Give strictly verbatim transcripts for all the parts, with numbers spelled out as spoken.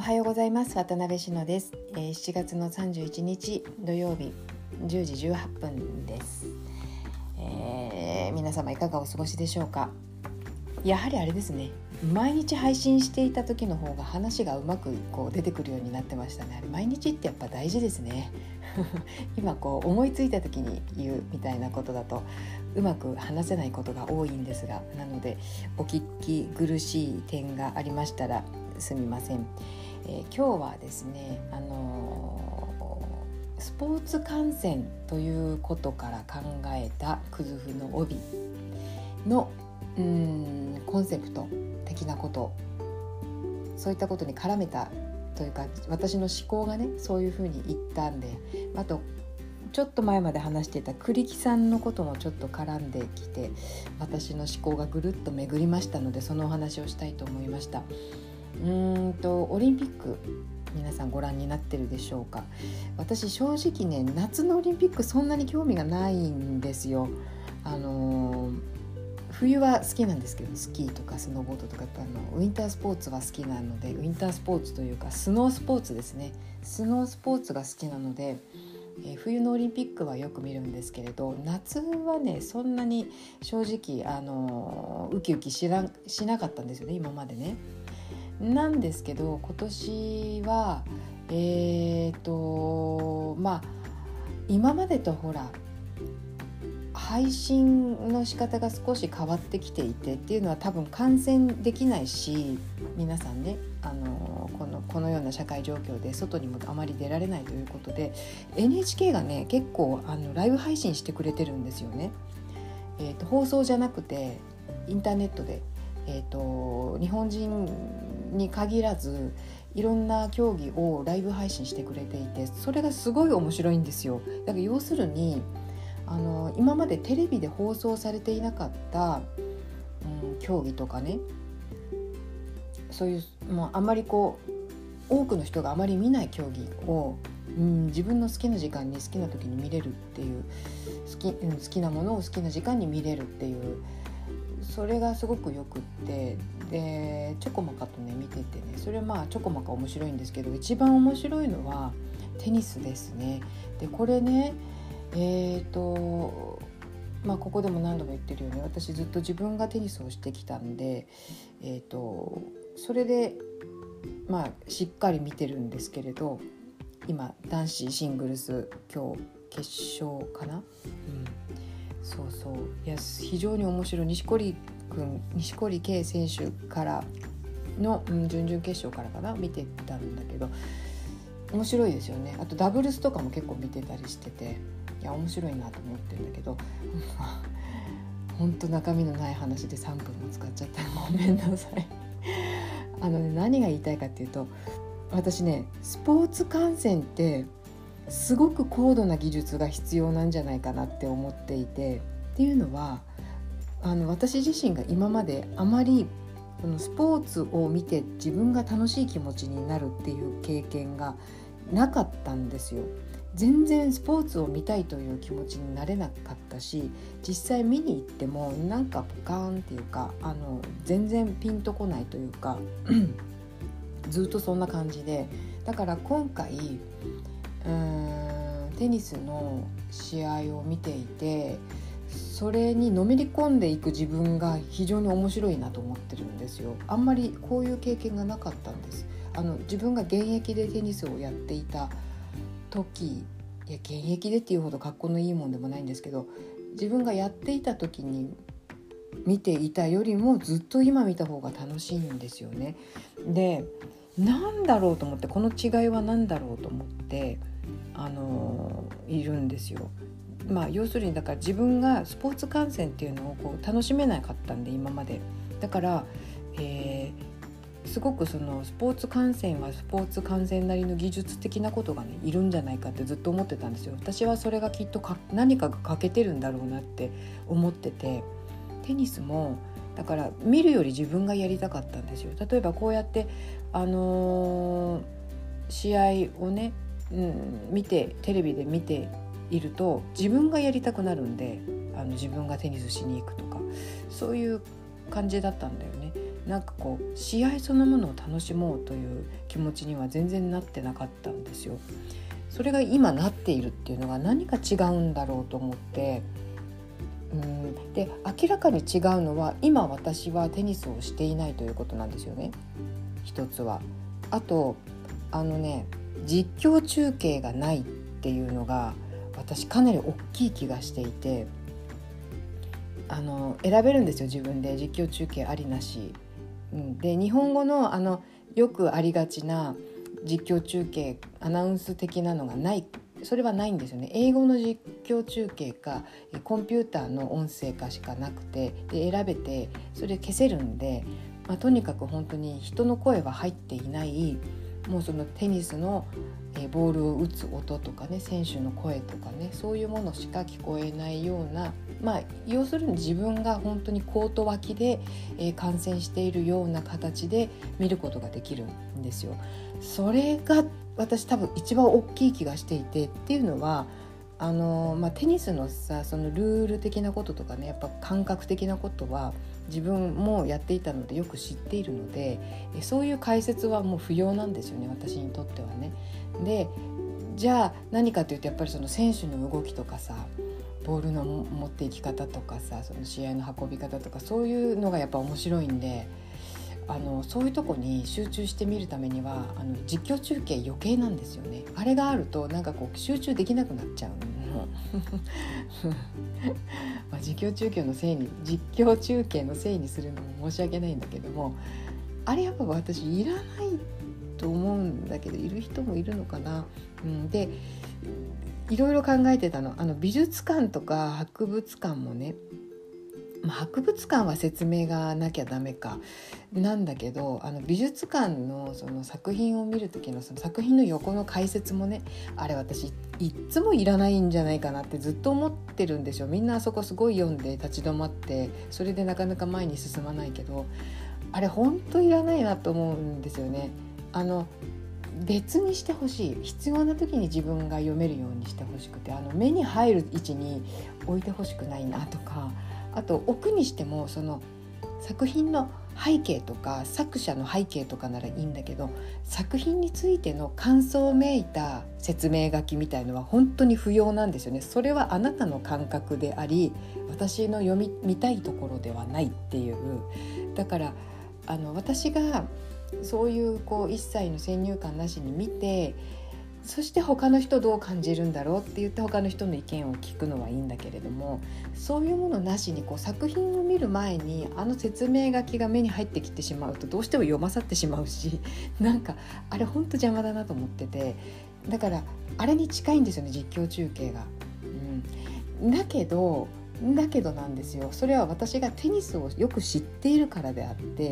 はようございます。渡辺志乃です。えー、しちがつのさんじゅういちにち土曜日じゅうじじゅうはっぷんです。えー、皆様いかがお過ごしでしょうか。やはりあれですね、毎日配信していた時の方が話がうまくこう出てくるようになってましたね。あれ毎日ってやっぱ大事ですね今こう思いついた時に言うみたいなことだとうまく話せないことが多いんですが、なのでお聞き苦しい点がありましたらすみません。えー、今日はですね、あのー、スポーツ観戦ということから考えたクズフの帯のうーんコンセプト的なこと、そういったことに絡めたというか、私の思考がねそういうふうに言ったんで、あとちょっと前まで話していた栗木さんのこともちょっと絡んできて、私の思考がぐるっと巡りましたので、そのお話をしたいと思いました。うーんとオリンピック皆さんご覧になってるでしょうか。私正直ね、夏のオリンピックそんなに興味がないんですよ。あのー冬は好きなんですけど、スキーとかスノーボードとかあのウィンタースポーツは好きなので、ウィンタースポーツというかスノースポーツですね、スノースポーツが好きなので、えー、冬のオリンピックはよく見るんですけれど、夏はねそんなに正直あのウキウキしな、しなかったんですよね、今までね。なんですけど今年はえーとまあ今までとほら配信の仕方が少し変わってきていてっていうのは、多分観戦できないし、皆さんねあのこの、このような社会状況で外にもあまり出られないということで、 エヌエイチケー がね結構あのライブ配信してくれてるんですよね。えーと、放送じゃなくてインターネットで、えーと、日本人に限らずいろんな競技をライブ配信してくれていて、それがすごい面白いんですよ。だから要するにあの今までテレビで放送されていなかった、うん、競技とかね、そういう、もうあまりこう多くの人があまり見ない競技を、うん、自分の好きな時間に好きな時に見れるっていう、好き、うん、好きなものを好きな時間に見れるっていう、それがすごくよくって、でちょこまかとね見ててね、それはまあちょこまか面白いんですけど、一番面白いのはテニスですね。でこれねえーとまあ、ここでも何度も言ってるように、私ずっと自分がテニスをしてきたんで、えーとそれで、まあ、しっかり見てるんですけれど、今男子シングルス今日決勝かな、うん、そうそう、いや非常に面白い。錦織君錦織圭選手からの、うん、準々決勝からかな見てたんだけど、面白いですよね。あとダブルスとかも結構見てたりしてて、いや面白いなと思ってるんだけど本当中身のない話でさんぷんも使っちゃったらごめんなさいあのね、何が言いたいかっていうと、私ねスポーツ観戦ってすごく高度な技術が必要なんじゃないかなって思っていて、っていうのはあの私自身が今まであまりこのスポーツを見て自分が楽しい気持ちになるっていう経験がなかったんですよ。全然スポーツを見たいという気持ちになれなかったし、実際見に行ってもなんかポカーンっていうか、あの全然ピンとこないというかずっとそんな感じで、だから今回うーんテニスの試合を見ていて、それにのめり込んでいく自分が非常に面白いなと思ってるんですよ。あんまりこういう経験がなかったんです。あの自分が現役でテニスをやっていた時、いや現役でっていうほど格好のいいもんでもないんですけど、自分がやっていた時に見ていたよりもずっと今見た方が楽しいんですよね。でなんだろうと思って、この違いは何だろうと思ってあのいるんですよ。まあ要するにだから自分がスポーツ観戦っていうのをこう楽しめなかったんで今まで。だから、えーすごくそのスポーツ観戦はスポーツ観戦なりの技術的なことがねいるんじゃないかってずっと思ってたんですよ。私はそれがきっとか何かが欠けてるんだろうなって思ってて、テニスもだから見るより自分がやりたかったんですよ。例えばこうやってあのー、試合をね、うん、見てテレビで見ていると自分がやりたくなるんで、あの自分がテニスしに行くとかそういう感じだったんだよね。 なんかこう試合そのものを楽しもうという気持ちには全然なってなかったんですよ。それが今なっているっていうのが何か違うんだろうと思って、うんで明らかに違うのは今私はテニスをしていないということなんですよね。一つはあとあのね実況中継がないっていうのが私かなり大きい気がしていて、あの選べるんですよ自分で実況中継ありなし、うん、で日本語のあのよくありがちな実況中継アナウンス的なのがない、それはないんですよね。英語の実況中継かコンピューターの音声かしかなくて、で選べてそれ消せるんで、まあ、とにかく本当に人の声は入っていない、もうそのテニスのボールを打つ音とかね、選手の声とかね、そういうものしか聞こえないような、まあ要するに自分が本当にコート脇で、えー、観戦しているような形で見ることができるんですよ。それが私多分一番大きい気がしていて、っていうのはあの、まあ、テニスのさそのルール的なこととかね、やっぱ感覚的なことは自分もやっていたのでよく知っているので、そういう解説はもう不要なんですよね、私にとってはね。でじゃあ何かというと、やっぱりその選手の動きとかさ、ボールの持っていき方とかさ、その試合の運び方とか、そういうのがやっぱ面白いんで、あのそういうとこに集中して見るためにはあの実況中継余計なんですよね。あれがあるとなんかこう集中できなくなっちゃうのまあ実況中継のせいに実況中継のせいにするのも申し訳ないんだけども、あれやっぱ私いらないと思うんだけど、いる人もいるのかな、うん、でいろいろ考えてたの。あの美術館とか博物館もね、まあ、博物館は説明がなきゃダメかなんだけど、あの美術館のその作品を見る時のその作品の横の解説もね、あれ私いっつもいらないんじゃないかなってずっと思ってるんですよ。みんなあそこすごい読んで立ち止まって、それでなかなか前に進まないけど、あれ本当いらないなと思うんですよね。あの別にしてほしい、必要な時に自分が読めるようにしてほしくて、あの目に入る位置に置いてほしくないなとか、あと置くにしてもその作品の背景とか作者の背景とかならいいんだけど、作品についての感想めいた説明書きみたいのは本当に不要なんですよね。それはあなたの感覚であり、私の読み見たいところではないっていう。だからあの私がそういうこう一切の先入観なしに見て、そして他の人どう感じるんだろうって言って他の人の意見を聞くのはいいんだけれども、そういうものなしにこう作品を見る前にあの説明書きが目に入ってきてしまうとどうしても読まさってしまうし、なんかあれほんと邪魔だなと思ってて、だからあれに近いんですよね、実況中継が、うん、だけどだけどなんですよ。それは私がテニスをよく知っているからであって、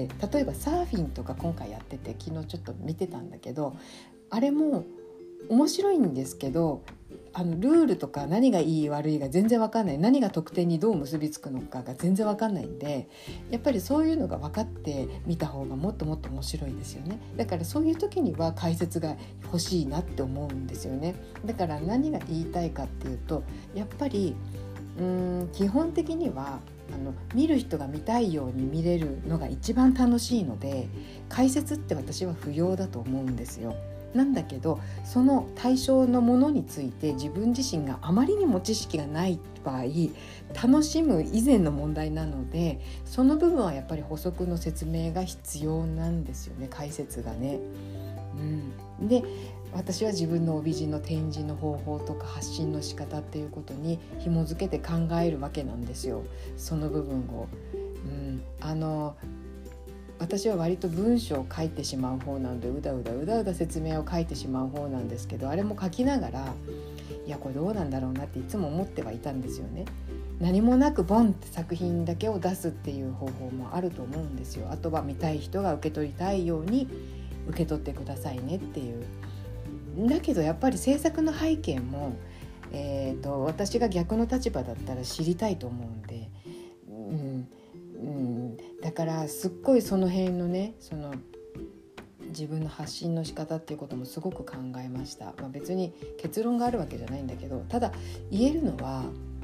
例えばサーフィンとか今回やってて昨日ちょっと見てたんだけど、あれも面白いんですけど、あのルールとか何がいい悪いが全然分かんない、何が得点にどう結びつくのかが全然分かんないんで、やっぱりそういうのが分かってみた方がもっともっと面白いですよね。だからそういう時には解説が欲しいなって思うんですよね。だから何が言いたいかっていうと、やっぱりうーん基本的にはあの見る人が見たいように見れるのが一番楽しいので、解説って私は不要だと思うんですよ。なんだけどその対象のものについて自分自身があまりにも知識がない場合、楽しむ以前の問題なので、その部分はやっぱり補足の説明が必要なんですよね、解説がね、うん、で私は自分の帯地の展示の方法とか発信の仕方っていうことに紐づけて考えるわけなんですよ、その部分を、うん、あの私は割と文章を書いてしまう方なので、うだうだうだうだ説明を書いてしまう方なんですけど、あれも書きながらいやこれどうなんだろうなっていつも思ってはいたんですよね。何もなくボンって作品だけを出すっていう方法もあると思うんですよ。あとは見たい人が受け取りたいように受け取ってくださいねっていう。だけどやっぱり制作の背景も、えーと、私が逆の立場だったら知りたいと思うんで、うんうん、だからすっごいその辺のね、その自分の発信の仕方っていうこともすごく考えました。まあ、別に結論があるわけじゃないんだけど、ただ言えるのは、う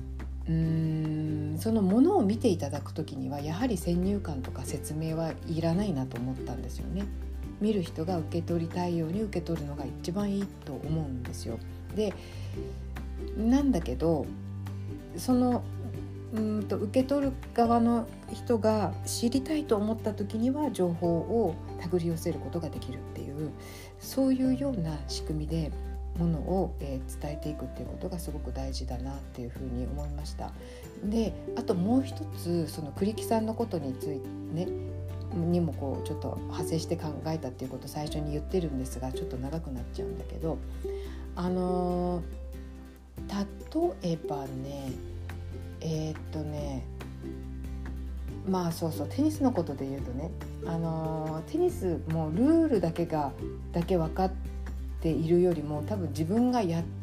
うーんそのものを見ていただくときにはやはり先入観とか説明はいらないなと思ったんですよね。見る人が受け取りたいように受け取るのが一番いいと思うんですよ。でなんだけどそのうんと受け取る側の人が知りたいと思った時には情報を手繰り寄せることができるっていうそういうような仕組みでものを、えー、伝えていくっていうことがすごく大事だなっていうふうに思いました。であともう一つその栗木さんのことについてねにもこうちょっと派生して考えたっていうことを最初に言ってるんですがちょっと長くなっちゃうんだけどあのー、例えばねえー、っとねまあそうそうテニスのことで言うとねあのー、テニスもルールだけがだけ分かっているよりも多分自分がやって、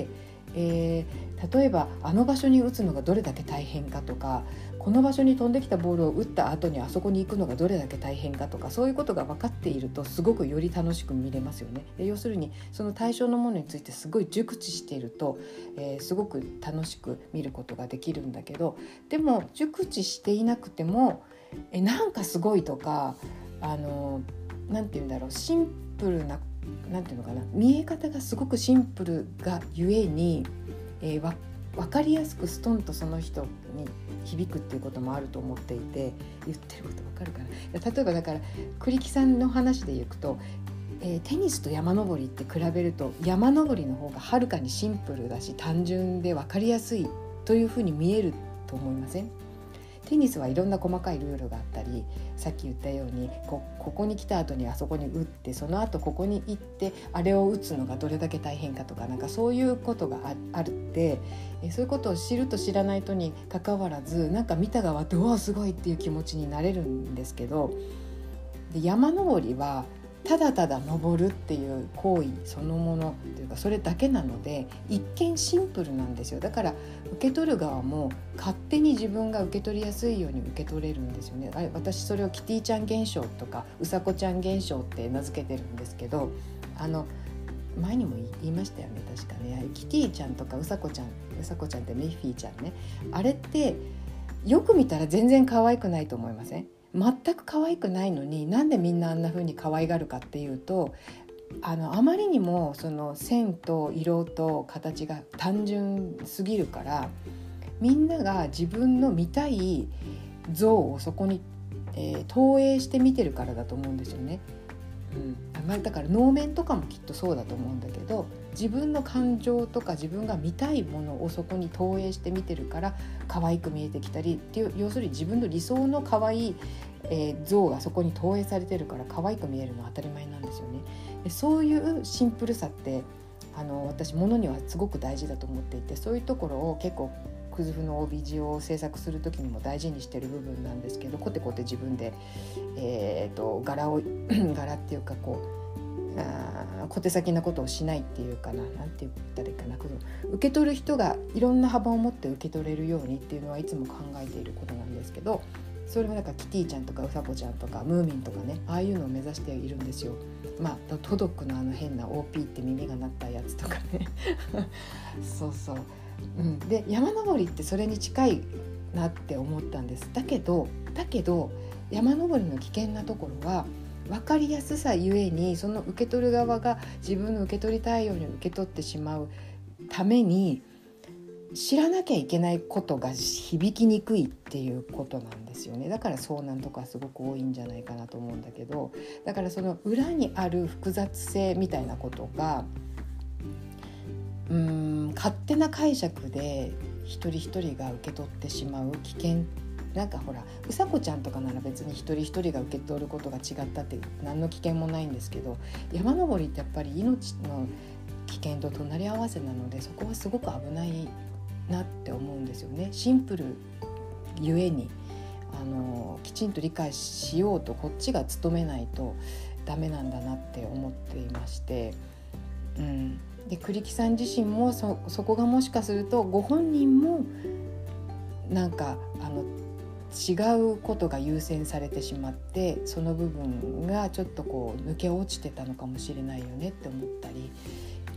えー、例えばあの場所に打つのがどれだけ大変かとかこの場所に飛んできたボールを打った後にあそこに行くのがどれだけ大変かとかそういうことが分かっているとすごくより楽しく見れますよね。で要するにその対象のものについてすごい熟知していると、えー、すごく楽しく見ることができるんだけどでも熟知していなくてもえなんかすごいとかあのなんていうんだろうシンプルななんていうのかな見え方がすごくシンプルがゆえに、えー、わ分かりやすくストンとその人に響くっていうこともあると思っていて言ってること分かるかな。例えばだから栗木さんの話でいくと、えー、テニスと山登りって比べると山登りの方がはるかにシンプルだし単純で分かりやすいというふうに見えると思いません？テニスはいろんな細かいルールがあったりさっき言ったように こ, ここに来た後にあそこに打ってその後ここに行ってあれを打つのがどれだけ大変かとかなんかそういうことが あ, あるってえそういうことを知ると知らないとにかかわらずなんか見た側ってうわすごいっていう気持ちになれるんですけどで山登りはただただ登るっていう行為そのものというかそれだけなので一見シンプルなんですよ。だから受け取る側も勝手に自分が受け取りやすいように受け取れるんですよね。あれ私それをキティちゃん現象とかうさこちゃん現象って名付けてるんですけどあの前にも言いましたよね確かね。キティちゃんとかうさこちゃんうさこちゃんってミッフィーちゃんねあれってよく見たら全然可愛くないと思いません？全く可愛くないのになんでみんなあんな風に可愛がるかっていうと あのあまりにもその線と色と形が単純すぎるからみんなが自分の見たい像をそこに、えー、投影して見てるからだと思うんですよね。うんまあ、だから能面とかもきっとそうだと思うんだけど自分の感情とか自分が見たいものをそこに投影して見てるから可愛く見えてきたりっていう要するに自分の理想の可愛い、えー、像がそこに投影されてるから可愛く見えるのは当たり前なんですよね。でそういうシンプルさってあの私ものにはすごく大事だと思っていてそういうところを結構クズフの帯地を制作する時にも大事にしてる部分なんですけどコテコテ自分で、えー、と柄を柄っていうかこうあ小手先なことをしないっていうかななんて言ったらいいかな受け取る人がいろんな幅を持って受け取れるようにっていうのはいつも考えていることなんですけどそれもなんかキティちゃんとかウサコちゃんとかムーミンとかねああいうのを目指しているんですよ。まあトドックのあの変な オーピー って耳が鳴ったやつとかねそうそう、うん、で山登りってそれに近いなって思ったんです。だけどだけど山登りの危険なところは分かりやすさゆえにその受け取る側が自分の受け取りたいように受け取ってしまうために知らなきゃいけないことが響きにくいっていうことなんですよね。だから遭難とかすごく多いんじゃないかなと思うんだけどだからその裏にある複雑性みたいなことがうーん勝手な解釈で一人一人が受け取ってしまう危険なんかほらうさこちゃんとかなら別に一人一人が受け取ることが違ったって何の危険もないんですけど山登りってやっぱり命の危険と隣り合わせなのでそこはすごく危ないなって思うんですよね。シンプルゆえにあのきちんと理解しようとこっちが努めないとダメなんだなって思っていまして、うん、で栗木さん自身も そ, そこがもしかするとご本人もなんかあの違うことが優先されてしまってその部分がちょっとこう抜け落ちてたのかもしれないよねって思ったり、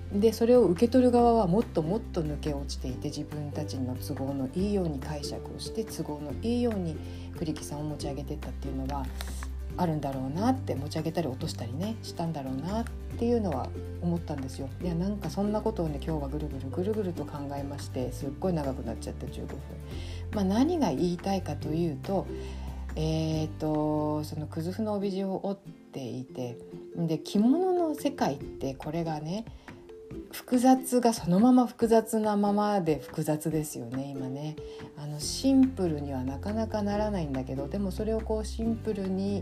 でそれを受け取る側はもっともっと抜け落ちていて、自分たちの都合のいいように解釈をして都合のいいように栗木さんを持ち上げていったっていうのはあるんだろうなって、持ち上げたり落としたりねしたんだろうなっていうのは思ったんですよ。いやなんかそんなことをね今日はぐるぐるぐるぐると考えまして、すっごい長くなっちゃってじゅうごふん、まあ、何が言いたいかというと、えー、とそのクズフの帯地を織っていて、で着物の世界ってこれがね複雑がそのまま複雑なままで複雑ですよね今ね。あのシンプルにはなかなかならないんだけど、でもそれをこうシンプルに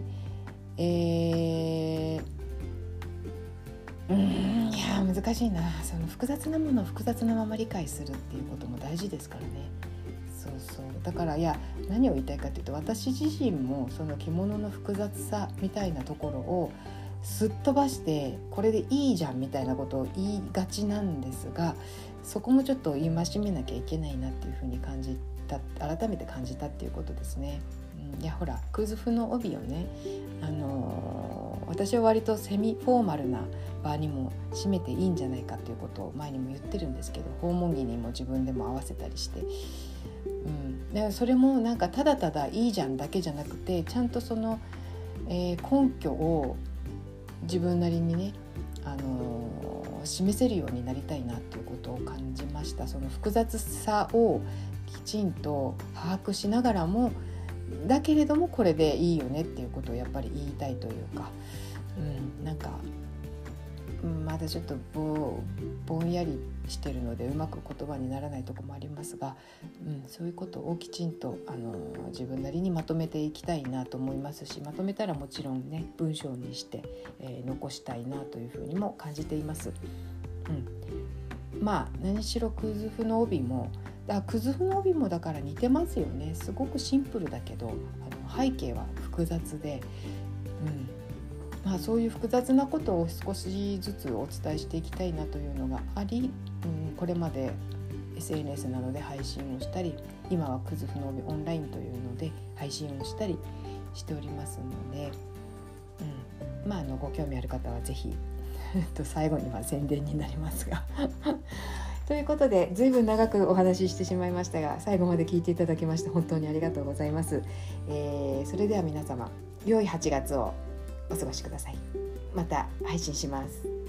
えー、うーんいや難しいな。その複雑なものを複雑なまま理解するっていうことも大事ですからね。そうそうだからいや何を言いたいかというと、私自身もその着物の複雑さみたいなところをすっ飛ばしてこれでいいじゃんみたいなことを言いがちなんですが、そこもちょっと戒めなきゃいけないなっていうふうに感じた、改めて感じたっていうことですね。うん、いやほらクズフの帯をね、あのー、私は割とセミフォーマルな場にも締めていいんじゃないかっていうことを前にも言ってるんですけど、訪問着にも自分でも合わせたりして、うん、だからそれもなんかただただいいじゃんだけじゃなくて、ちゃんとその、えー、根拠を自分なりにね、あのー、示せるようになりたいなということを感じました。その複雑さをきちんと把握しながらも、だけれどもこれでいいよねっていうことをやっぱり言いたいというか、うん、なんか、うん、まだちょっと ぼ, ぼんやりしてるのでうまく言葉にならないところもありますが、うん、そういうことをきちんとあの自分なりにまとめていきたいなと思いますし、まとめたらもちろんね文章にして、えー、残したいなというふうにも感じています。うん、まあ何しろクズフの帯もだクズフの帯もだから似てますよね。すごくシンプルだけどあの背景は複雑で、うんまあ、そういう複雑なことを少しずつお伝えしていきたいなというのがあり、うん、これまで エスエヌエス などで配信をしたり、今はクズフの帯オンラインというので配信をしたりしておりますので、うんまあ、あのご興味ある方はぜひ最後には宣伝になりますがということで随分長くお話ししてしまいましたが、最後まで聞いていただきまして本当にありがとうございます。えー、それでは皆様良いはちがつをお過ごしください。また配信します。